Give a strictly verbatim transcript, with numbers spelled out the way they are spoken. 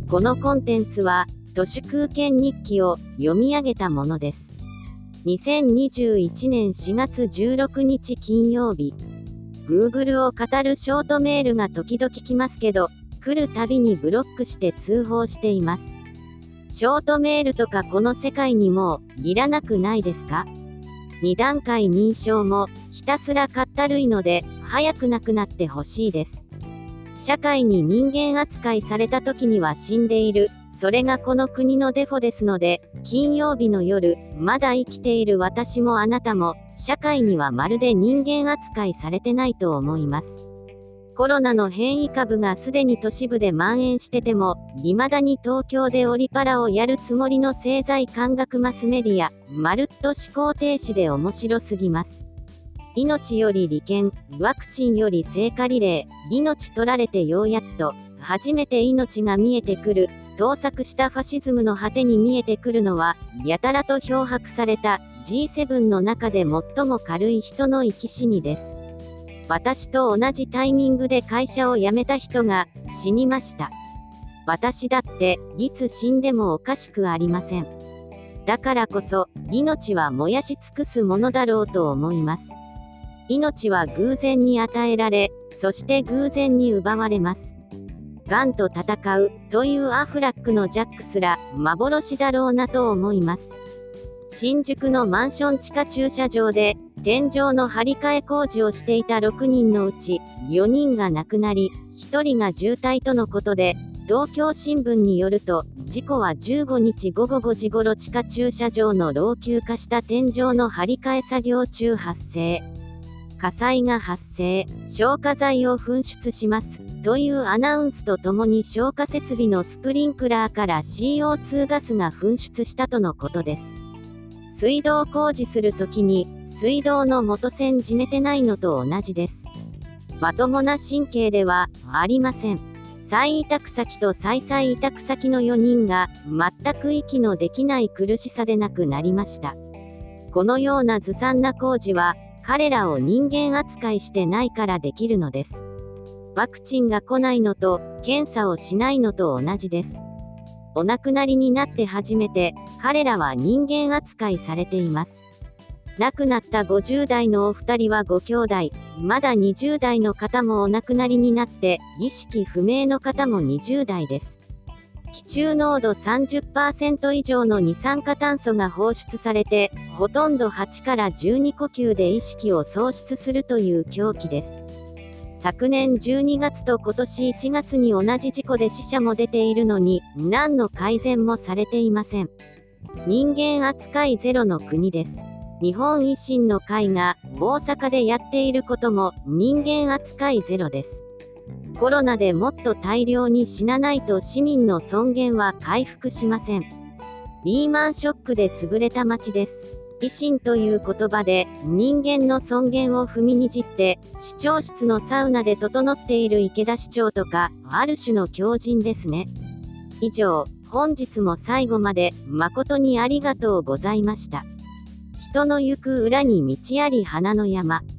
このコンテンツは都市空間日記を読み上げたものです。にせんにじゅういちねんしがつじゅうろくにち金曜日。Google を語るショートメールが時々来ますけど、来るたびにブロックして通報しています。ショートメールとかこの世界にもういらなくないですか？に段階認証もひたすらかったるいので早くなくなってほしいです。社会に人間扱いされた時には死んでいる。それがこの国のデフォですので、金曜日の夜、まだ生きている私もあなたも、社会にはまるで人間扱いされてないと思います。コロナの変異株がすでに都市部で蔓延してても、未だに東京でオリパラをやるつもりの政財官学マスメディア、まるっと思考停止で面白すぎます。命より利権、ワクチンより聖火リレー、命取られてようやっと、初めて命が見えてくる。盗作したファシズムの果てに見えてくるのは、やたらと漂白された ジーセブン の中で最も軽い人の生き死にです。私と同じタイミングで会社を辞めた人が死にました。私だっていつ死んでもおかしくありません。だからこそ命は燃やし尽くすものだろうと思います。命は偶然に与えられ、そして偶然に奪われます。がんと戦うというアフラックのジャックすら幻だろうなと思います。新宿のマンション地下駐車場で天井の張り替え工事をしていたろくにんのうちよにんが亡くなり、ひとりが重体とのことで、東京新聞によると、事故はじゅうごにちごごごじ頃地下駐車場の老朽化した天井の張り替え作業中発生。火災が発生、消火剤を噴出します。というアナウンスとともに消火設備のスプリンクラーから シーオーツー ガスが噴出したとのことです。水道工事するときに水道の元栓締めてないのと同じです。まともな神経ではありません。再委託先と再々委託先のよにんが全く息のできない苦しさでなくなりました。このようなずさんな工事は彼らを人間扱いしてないからできるのです。ワクチンが来ないのと検査をしないのと同じです。お亡くなりになって初めて彼らは人間扱いされています。亡くなったごじゅうだいのお二人はご兄弟、まだにじゅうだいの方もお亡くなりになって意識不明の方もにじゅうだいです。気中濃度 さんじゅっパーセント 以上の二酸化炭素が放出されて、ほとんどはちからじゅうに呼吸で意識を喪失するという狂気です。昨年じゅうにがつと今年いちがつに同じ事故で死者も出ているのに、何の改善もされていません。人間扱いゼロの国です。日本維新の会が大阪でやっていることも人間扱いゼロです。コロナでもっと大量に死なないと市民の尊厳は回復しません。リーマンショックで潰れた街です。維新という言葉で人間の尊厳を踏みにじって市長室のサウナで整っている池田市長とかある種の狂人ですね。以上、本日も最後まで誠にありがとうございました。人の行く裏に道あり花の山。